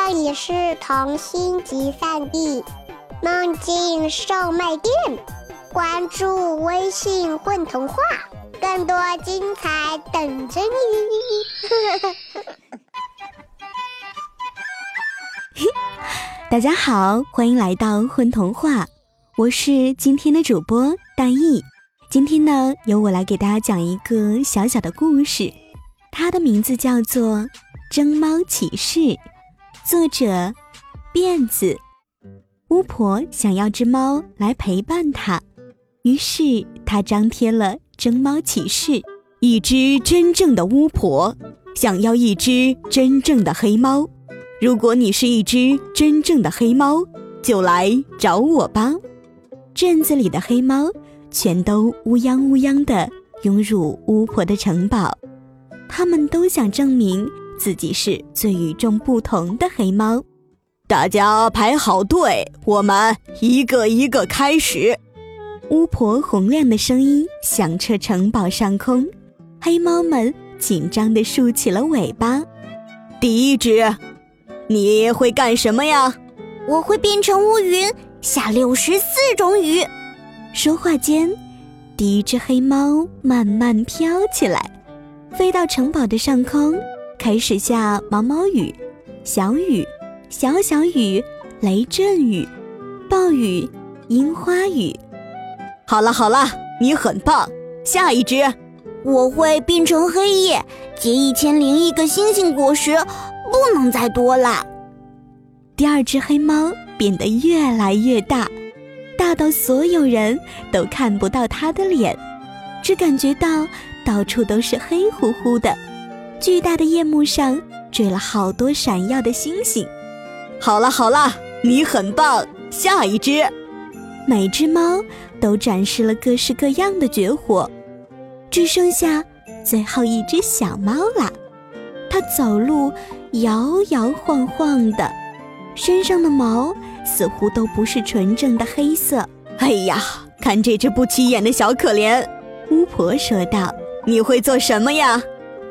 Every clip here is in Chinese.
这里是童心集散地梦境售卖店，关注微信混童话，更多精彩等着你。 大家好，欢迎来到混童话，我是今天的主播大意。今天呢，由我来给大家讲一个小小的故事，它的名字叫做《争猫启事》，作者辫子。巫婆想要只猫来陪伴她，于是她张贴了争猫启事。一只真正的巫婆想要一只真正的黑猫，如果你是一只真正的黑猫，就来找我吧。镇子里的黑猫全都乌泱乌泱地涌入巫婆的城堡，他们都想证明自己是最与众不同的黑猫。大家排好队，我们一个一个开始。巫婆洪亮的声音响彻城堡上空，黑猫们紧张地竖起了尾巴。第一只，你会干什么呀？ 我会变成乌云，下64种雨。 说话间，第一只黑猫慢慢飘起来，飞到城堡的上空，开始下毛毛雨、小雨、小小雨、雷阵雨、暴雨、樱花雨。好了好了，你很棒，下一只。 我会变成黑夜，结1001个星星果实，不能再多了。 第二只黑猫变得越来越大，大到所有人都看不到它的脸，只感觉到到处都是黑乎乎的。巨大的夜幕上坠了好多闪耀的星星。好了好了，你很棒，下一只。每只猫都展示了各式各样的绝活，只剩下最后一只小猫了。它走路摇摇晃晃的，身上的毛似乎都不是纯正的黑色。哎呀，看这只不起眼的小可怜，巫婆说道。你会做什么呀？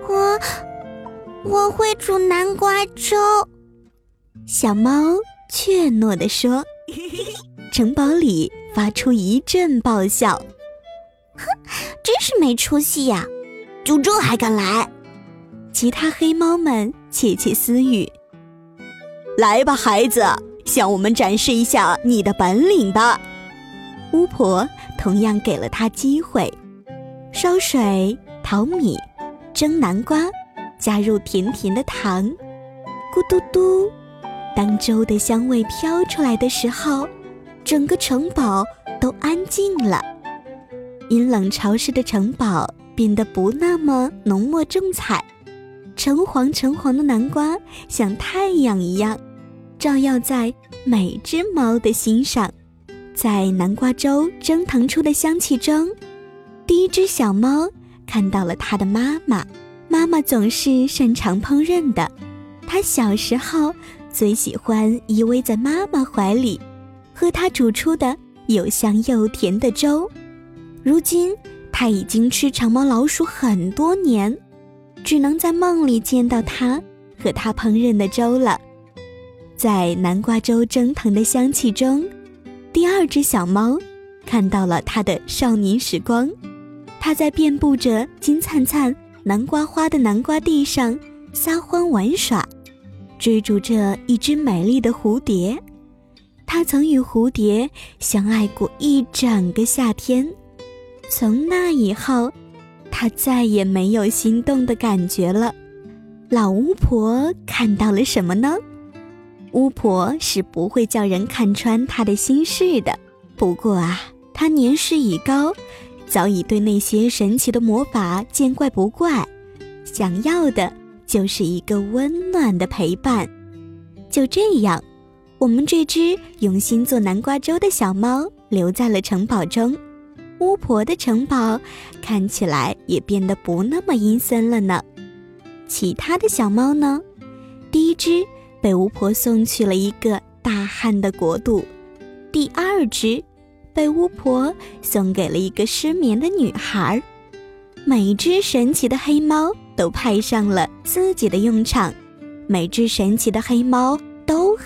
我会煮南瓜粥。 小猫怯懦地说。城堡里发出一阵爆笑。 哼，真是没出息呀，就这还敢来。 其他黑猫们窃窃私语。来吧孩子，向我们展示一下你的本领吧。巫婆同样给了他机会。烧水、淘米、蒸南瓜，加入甜甜的糖，咕嘟嘟。当粥的香味飘出来的时候，整个城堡都安静了。阴冷潮湿的城堡变得不那么浓墨重彩，橙黄的南瓜像太阳一样照耀在每只猫的心上。在南瓜粥蒸腾出的香气中，第一只小猫看到了它的妈妈。妈妈总是擅长烹饪的，它小时候最喜欢依偎在妈妈怀里，喝她煮出的又香又甜的粥。如今她已经吃长毛老鼠很多年，只能在梦里见到她和她烹饪的粥了。在南瓜粥蒸腾的香气中，第二只小猫看到了它的少年时光。它在遍布着金灿灿南瓜花的南瓜地上撒欢玩耍，追逐着一只美丽的蝴蝶。他曾与蝴蝶相爱过一整个夏天，从那以后，他再也没有心动的感觉了。老巫婆看到了什么呢？巫婆是不会叫人看穿她的心事的，不过啊，她年事已高，早已对那些神奇的魔法见怪不怪，想要的就是一个温暖的陪伴。就这样，我们这只用心做南瓜粥的小猫留在了城堡中，巫婆的城堡看起来也变得不那么阴森了呢。其他的小猫呢？第一只被巫婆送去了一个大旱的国度，第二只被巫婆送给了一个失眠的女孩。每只神奇的黑猫都派上了自己的用场，每只神奇的黑猫都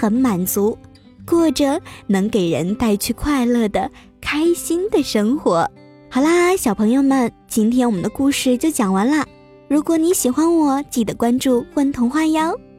很满足，过着能给人带去快乐的开心的生活。好啦，小朋友们，今天我们的故事就讲完啦。如果你喜欢我，记得关注混童话哟。